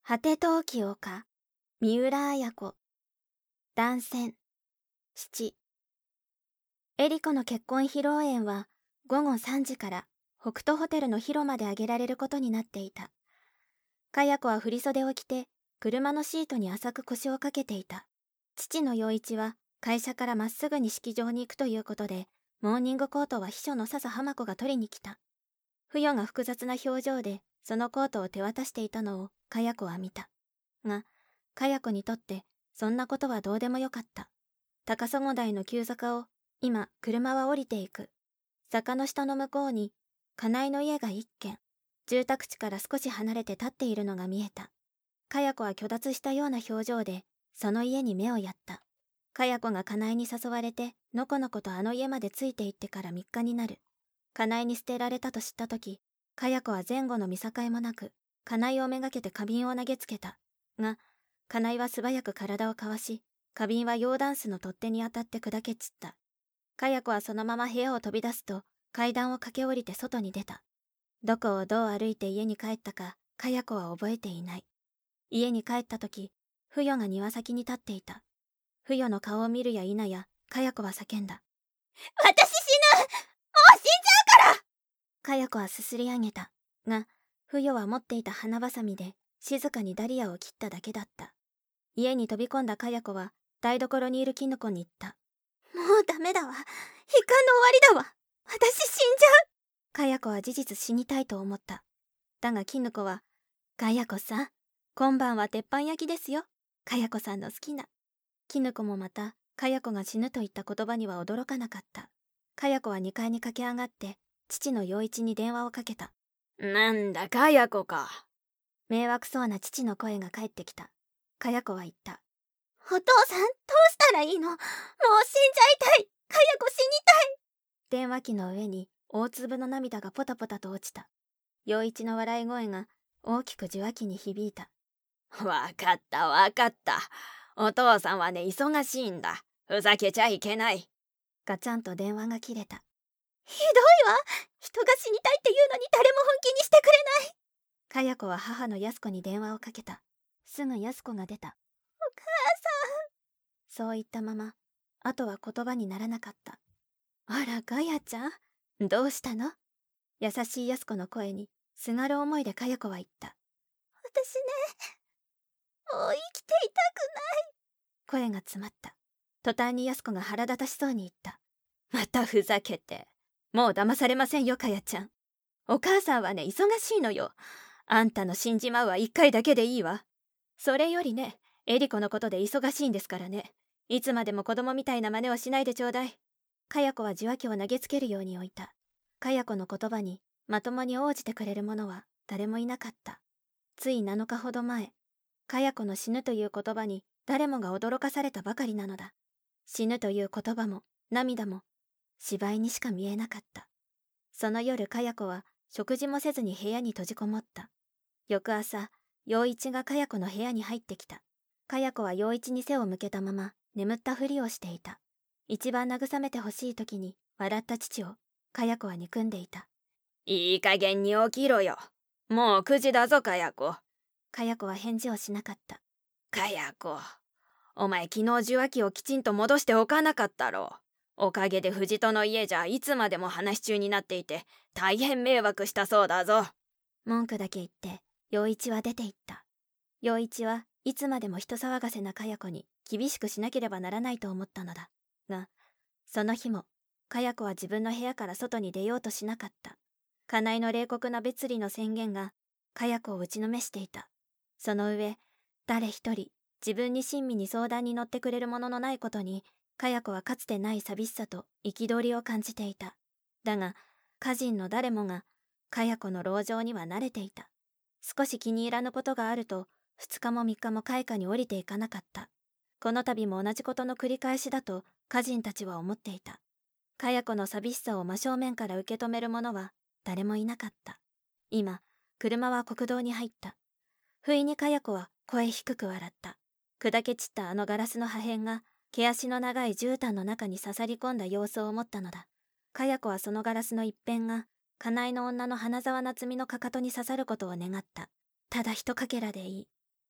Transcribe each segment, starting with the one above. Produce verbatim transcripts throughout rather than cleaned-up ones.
果て陶器丘、三浦綾子、断線、七。エリコの結婚披露宴は午後さんじから北斗ホテルの広間で挙げられることになっていた。かや子は振袖を着て車のシートに浅く腰をかけていた。父の陽一は会社からまっすぐに式場に行くということで、モーニングコートは秘書の笹浜子が取りに来た。不与が複雑な表情でそのコートを手渡していたのをかや子は見た。が、かや子にとってそんなことはどうでもよかった。高砂台の急坂を今車は降りていく。坂の下の向こうに金井の家が一軒、住宅地から少し離れて立っているのが見えた。かや子は虚脱したような表情でその家に目をやった。かや子が金井に誘われてのこのことあの家までついて行ってからみっかになる。金井に捨てられたと知ったとき、かや子は前後の見境もなく金井をめがけて花瓶を投げつけた。が、金井は素早く体をかわし、花瓶は洋ダンスの取っ手に当たって砕け散った。かや子はそのまま部屋を飛び出すと階段を駆け下りて外に出た。どこをどう歩いて家に帰ったかかや子は覚えていない。家に帰った時、不与が庭先に立っていた。不与の顔を見るや否やかや子は叫んだ。 私死ぬ、もう死んじゃうから。 かや子はすすり上げた。が、不与は持っていた花ばさみで静かにダリアを切っただけだった。家に飛び込んだかや子は台所にいるキヌコに言った。 もうダメだわ、悲観の終わりだわ、私死んじゃう。 かや子は事実死にたいと思った。だがキヌコは、かや子さん、今晩は鉄板焼きですよ、かや子さんの好きな。キヌコもまたかや子が死ぬといった言葉には驚かなかった。かや子はにかいに駆け上がって父の陽一に電話をかけた。 なんだかや子か。 迷惑そうな父の声が返ってきた。かや子は言った。 お父さん、どうしたらいいの、もう死んじゃいたい、かや子死にたい。 電話機の上に大粒の涙がポタポタと落ちた。陽一の笑い声が大きく受話器に響いた。 わかったわかった。お父さんはね、忙しいんだ。ふざけちゃいけない。 ガチャンと電話が切れた。 ひどいわ、人が死にたいっていうのに誰も本気にしてくれない。 かや子は母の安子に電話をかけた。すぐ安子が出た。 お母さん。そう言ったまま、あとは言葉にならなかった。あら、ガヤちゃん、どうしたの？優しい安子の声にすがる思いでかや子は言った。 私ね、もう生きていたくない。声が詰まった。途端に安子が腹立たしそうに言った。 またふざけて。もう騙されませんよ、かやちゃん。お母さんはね、忙しいのよ。あんたの死んじまうは一回だけでいいわ。それよりね、エリコのことで忙しいんですからね。いつまでも子供みたいな真似をしないでちょうだい。 かや子は受話器を投げつけるように置いた。かや子の言葉にまともに応じてくれる者は誰もいなかった。ついなのかほど前、かや子の死ぬという言葉に誰もが驚かされたばかりなのだ。死ぬという言葉も涙も芝居にしか見えなかった。その夜かや子は食事もせずに部屋に閉じこもった。翌朝、陽一がかや子の部屋に入ってきた。かや子は陽一に背を向けたまま眠ったふりをしていた。一番慰めてほしい時に笑った父をかや子は憎んでいた。 いい加減に起きろよ。もうくじだぞ、かや子。 かや子は返事をしなかった。 かや子、お前昨日受話器をきちんと戻しておかなかったろう。おかげで藤戸の家じゃいつまでも話し中になっていて大変迷惑したそうだぞ。 文句だけ言って陽一は出て行った。陽一はいつまでも人騒がせなかや子に厳しくしなければならないと思ったのだが、その日もかや子は自分の部屋から外に出ようとしなかった。金井の冷酷な別離の宣言がかや子を打ちのめしていた。その上、誰一人自分に親身に相談に乗ってくれるもののないことにかや子はかつてない寂しさと憤りを感じていた。だが家人の誰もがかや子の籠城には慣れていた。少し気に入らぬことがあると二日も三日も階下に降りていかなかった。この度も同じことの繰り返しだと家人たちは思っていた。かや子の寂しさを真正面から受け止める者は誰もいなかった。今、車は国道に入った。不意にかや子は声低く笑った。砕け散ったあのガラスの破片が毛足の長い絨毯の中に刺さり込んだ様子を思ったのだ。かや子はそのガラスの一片が金井の女の花沢夏美のかかとに刺さることを願った。ただ一かけらでいい。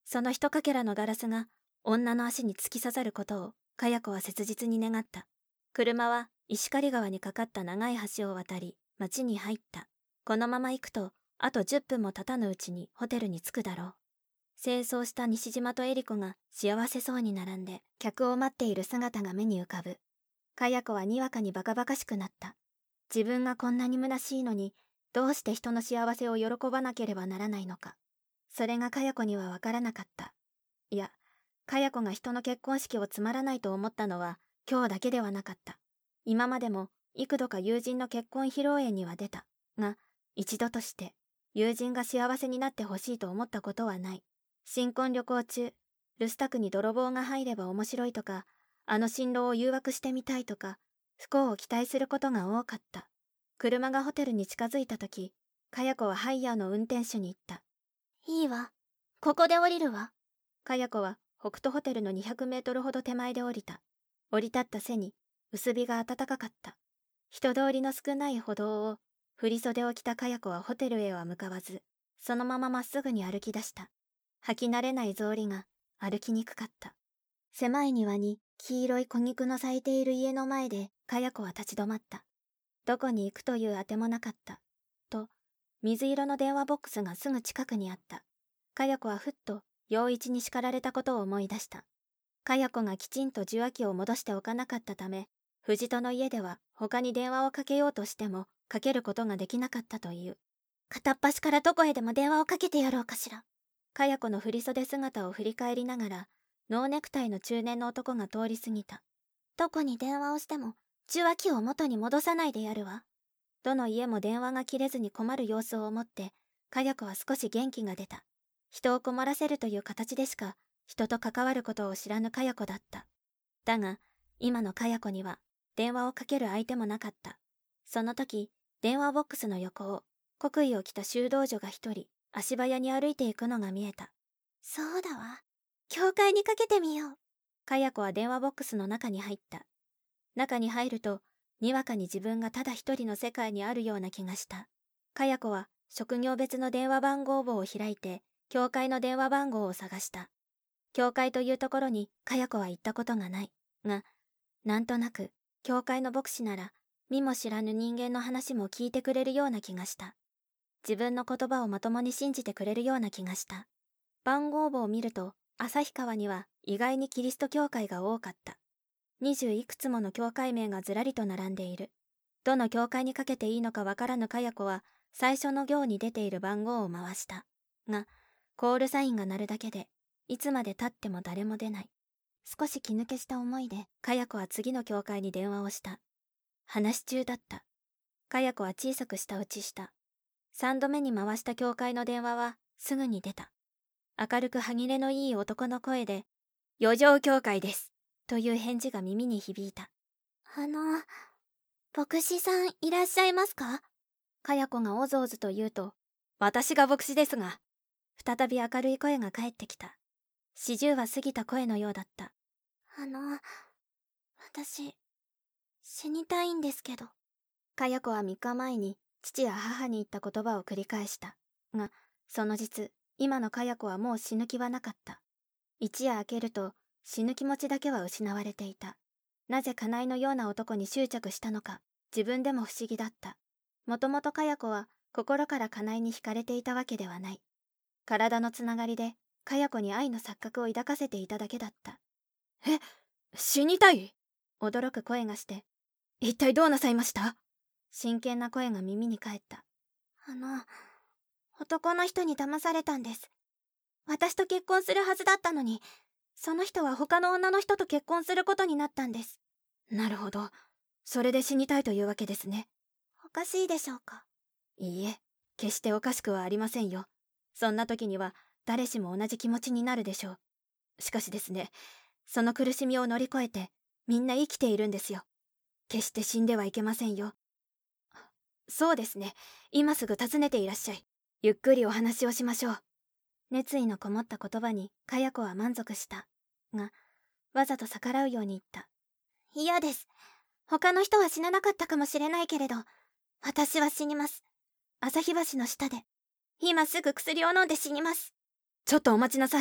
その一かけらのガラスが女の足に突き刺さることをかや子は切実に願った。車は石狩川にかかった長い橋を渡り町に入った。このまま行くとあとじゅっぷんも経たぬうちにホテルに着くだろう。清掃した西島とエリコが幸せそうに並んで客を待っている姿が目に浮かぶ。かや子はにわかにバカバカしくなった。自分がこんなに虚しいのにどうして人の幸せを喜ばなければならないのか。それがかや子にはわからなかった。いや、かや子が人の結婚式をつまらないと思ったのは今日だけではなかった。今までも幾度か友人の結婚披露宴には出たが、一度として友人が幸せになってほしいと思ったことはない。新婚旅行中、留守宅に泥棒が入れば面白いとか、あの新郎を誘惑してみたいとか、不幸を期待することが多かった。車がホテルに近づいた時、かや子はハイヤーの運転手に言った。 いいわ。ここで降りるわ。 かや子は北斗ホテルのにひゃくメートルほど手前で降りた。降り立った背に薄日が暖かかった。人通りの少ない歩道を振り袖を着たかや子はホテルへは向かわず、そのまままっすぐに歩き出した。履き慣れない草履が歩きにくかった。狭い庭に黄色い小菊の咲いている家の前でかや子は立ち止まった。どこに行くというあてもなかった。と、水色の電話ボックスがすぐ近くにあった。かや子はふっと陽一に叱られたことを思い出した。かや子がきちんと受話器を戻しておかなかったため、藤戸の家では他に電話をかけようとしてもかけることができなかったという。 片っ端からどこへでも電話をかけてやろうかしら。 かや子の振袖姿を振り返りながら、ノーネクタイの中年の男が通り過ぎた。 どこに電話をしても受話器を元に戻さないでやるわ。 どの家も電話が切れずに困る様子を思って、かや子は少し元気が出た。人を困らせるという形でしか人と関わることを知らぬかや子だった。だが今のかや子には電話をかける相手もなかった。その時電話ボックスの横を黒衣を着た修道女が一人足早に歩いていくのが見えた。 そうだわ。教会にかけてみよう。 かや子は電話ボックスの中に入った。中に入るとにわかに自分がただ一人の世界にあるような気がした。かや子は職業別の電話番号簿を開いて教会の電話番号を探した。教会というところにかや子は行ったことがないが、なんとなく教会の牧師なら見も知らぬ人間の話も聞いてくれるような気がした。自分の言葉をまともに信じてくれるような気がした。番号簿を見ると旭川には意外にキリスト教会が多かった。二十いくつもの教会名がずらりと並んでいる。どの教会にかけていいのかわからぬかや子は最初の行に出ている番号を回した。が、コールサインが鳴るだけでいつまで経っても誰も出ない。少し気抜けした思いでかや子は次の教会に電話をした。話し中だった。かや子は小さく舌打ちした。三度目に回した教会の電話はすぐに出た。明るく歯切れのいい男の声で、余剰教会です。という返事が耳に響いた。 あの、牧師さんいらっしゃいますか？ かや子がおぞおずと言うと、私が牧師ですが。再び明るい声が返ってきた。四十は過ぎた声のようだった。 あの、私、死にたいんですけど。 かや子は三日前に父や母に言った言葉を繰り返した。が、その実、今のかや子はもう死ぬ気はなかった。一夜明けると死ぬ気持ちだけは失われていた。なぜ家内のような男に執着したのか、自分でも不思議だった。もともとかや子は心から家内に惹かれていたわけではない。体のつながりでかや子に愛の錯覚を抱かせていただけだった。え、死にたい？驚く声がして、一体どうなさいました？真剣な声が耳に返った。 あの、男の人に騙されたんです。私と結婚するはずだったのに、その人は他の女の人と結婚することになったんです。 なるほど。それで死にたいというわけですね。 おかしいでしょうか？ いいえ、決しておかしくはありませんよ。そんな時には誰しも同じ気持ちになるでしょう。しかしですね、その苦しみを乗り越えてみんな生きているんですよ。決して死んではいけませんよ。そうですね、今すぐ訪ねていらっしゃい。ゆっくりお話をしましょう。熱意のこもった言葉にかや子は満足したが、わざと逆らうように言った。 嫌です。他の人は死ななかったかもしれないけれど、私は死にます。旭橋の下で今すぐ薬を飲んで死にます。 ちょっとお待ちなさい。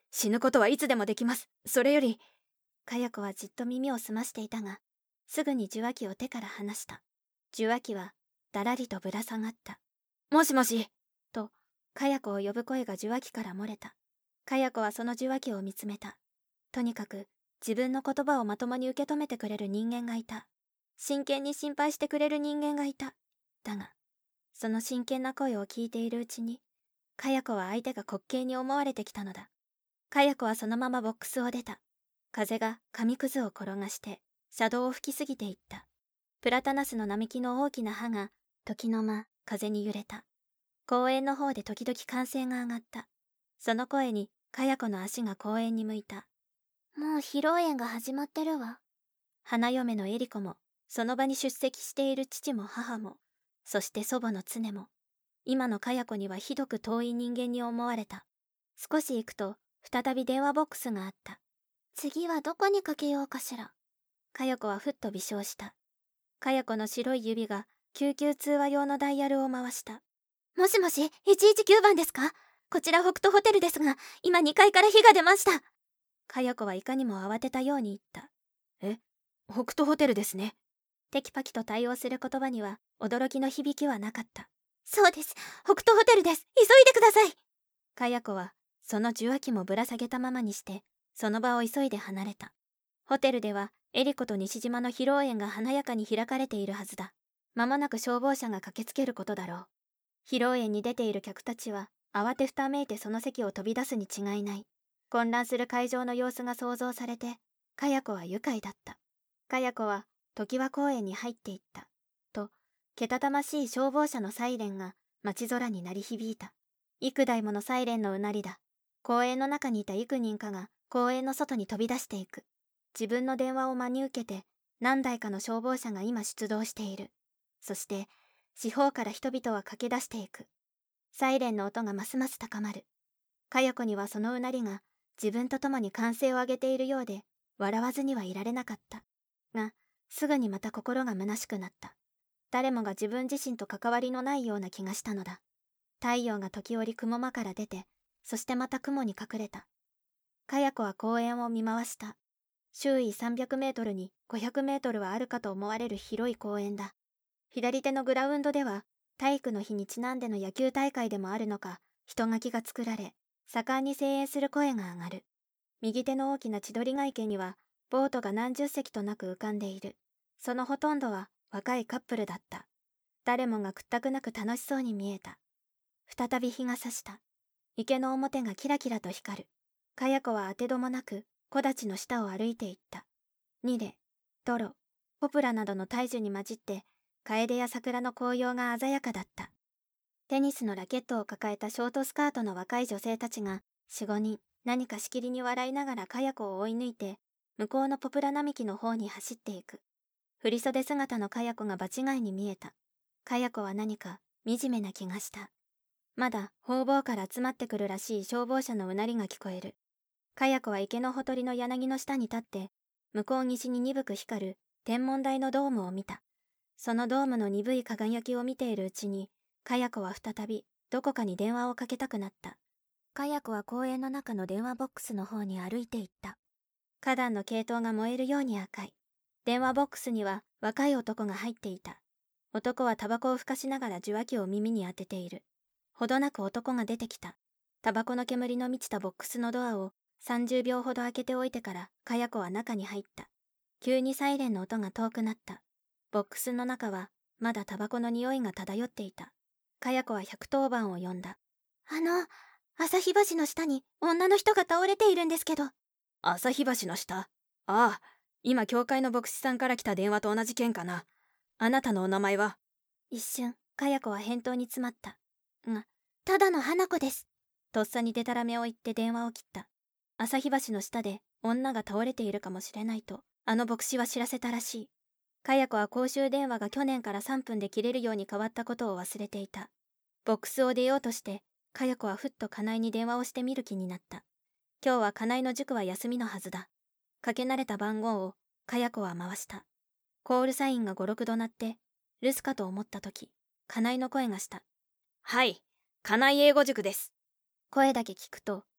死ぬことはいつでもできます。それより。 かや子はじっと耳を澄ましていたが、すぐに受話器を手から離した。受話器はだらりとぶら下がった。 もしもしと、かや子を呼ぶ声が受話器から漏れた。かや子はその受話器を見つめた。とにかく自分の言葉をまともに受け止めてくれる人間がいた。真剣に心配してくれる人間がいた。だが、その真剣な声を聞いているうちに、かや子は相手が滑稽に思われてきたのだ。かや子はそのままボックスを出た。風が紙くずを転がして車道を吹き過ぎていった。プラタナスの並木の大きな葉が時の間風に揺れた。公園の方で時々歓声が上がった。その声にかや子の足が公園に向いた。 もう披露宴が始まってるわ。 花嫁のエリコも、その場に出席している父も母も、そして祖母の常も、今のかや子にはひどく遠い人間に思われた。少し行くと再び電話ボックスがあった。 次はどこにかけようかしら。 かや子はふっと微笑した。かや子の白い指が救急通話用のダイヤルを回した。 もしもし、いちいちきゅうばんですか？こちら北斗ホテルですが、今にかいから火が出ました。 かや子はいかにも慌てたように言った。 え、北斗ホテルですね。 テキパキと対応する言葉には驚きの響きはなかった。 そうです。北斗ホテルです。急いでください。 かや子はその受話器もぶら下げたままにして、その場を急いで離れた。ホテルではエリコと西島の披露宴が華やかに開かれているはずだ。間もなく消防車が駆けつけることだろう。披露宴に出ている客たちは慌てふためいてその席を飛び出すに違いない。混乱する会場の様子が想像されて、かや子は愉快だった。かや子は常盤公園に入っていった。と、けたたましい消防車のサイレンが街空に鳴り響いた。幾台ものサイレンのうなりだ。公園の中にいた幾人かが公園の外に飛び出していく。自分の電話を真に受けて何台かの消防車が今出動している。そして四方から人々は駆け出していく。サイレンの音がますます高まる。かや子にはそのうなりが自分と共に歓声を上げているようで笑わずにはいられなかった。が、すぐにまた心が虚しくなった。誰もが自分自身と関わりのないような気がしたのだ。太陽が時折雲間から出て、そしてまた雲に隠れた。かや子は公園を見回した。周囲さんびゃくメートルにごひゃくメートルはあるかと思われる広い公園だ。左手のグラウンドでは、体育の日にちなんでの野球大会でもあるのか、人垣きが作られ、盛んに声援する声が上がる。右手の大きな千鳥ヶ池には、ボートが何十隻となく浮かんでいる。そのほとんどは若いカップルだった。誰もが屈託なく楽しそうに見えた。再び日が差した。池の表がキラキラと光る。かや子は当てどもなく木立の下を歩いていった。ニレ、ドロ、ポプラなどの大樹に混じって、楓や桜の紅葉が鮮やかだった。テニスのラケットを抱えたショートスカートの若い女性たちがよん、ごにん何かしきりに笑いながらかや子を追い抜いて、向こうのポプラ並木の方に走っていく。振袖姿のかや子が場違いに見えた。かや子は何か惨めな気がした。まだ方々から集まってくるらしい消防車のうなりが聞こえる。かや子は池のほとりの柳の下に立って、向こう岸に鈍く光る天文台のドームを見た。そのドームの鈍い輝きを見ているうちに、かや子は再びどこかに電話をかけたくなった。かや子は公園の中の電話ボックスの方に歩いていった。花壇の系統が燃えるように赤い。電話ボックスには若い男が入っていた。男はタバコをふかしながら受話器を耳に当てている。ほどなく男が出てきた。タバコの煙の満ちたボックスのドアをさんじゅうびょうほど開けておいてから、かや子は中に入った。急にサイレンの音が遠くなった。ボックスの中はまだタバコの匂いが漂っていた。かや子はひゃくとおばんを呼んだ。 あの、旭橋の下に女の人が倒れているんですけど。 旭橋の下？ああ、今教会の牧師さんから来た電話と同じ件かな。あなたのお名前は？ 一瞬、かや子は返答に詰まった。が、 ただの花子です。 とっさにデタラメを言って電話を切った。旭橋の下で女が倒れているかもしれないと、あの牧師は知らせたらしい。かや子は公衆電話が去年からさんぷんで切れるように変わったことを忘れていた。ボックスを出ようとして、かや子はふっと金井に電話をしてみる気になった。今日は金井の塾は休みのはずだ。かけ慣れた番号をかや子は回した。コールサインがご、ろくど鳴って、留守かと思ったとき、金井の声がした。 はい、金井英語塾です。 声だけ聞くと、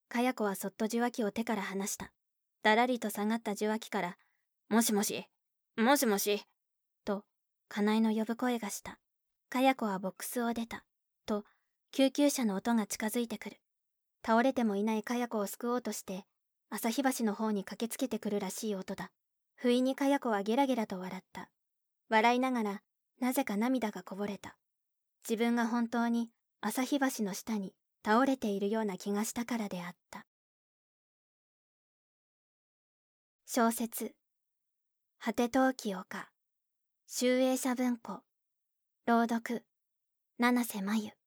かや子はそっと受話器を手から離した。だらりと下がった受話器から、もしもし、もしもし、と、かなえの呼ぶ声がした。かや子はボックスを出た。と、救急車の音が近づいてくる。倒れてもいないかや子を救おうとして、旭橋の方に駆けつけてくるらしい音だ。不意にかや子はゲラゲラと笑った。笑いながら、なぜか涙がこぼれた。自分が本当に旭橋の下に倒れているような気がしたからであった。小説果て陶器丘集英社文庫朗読七瀬まゆ。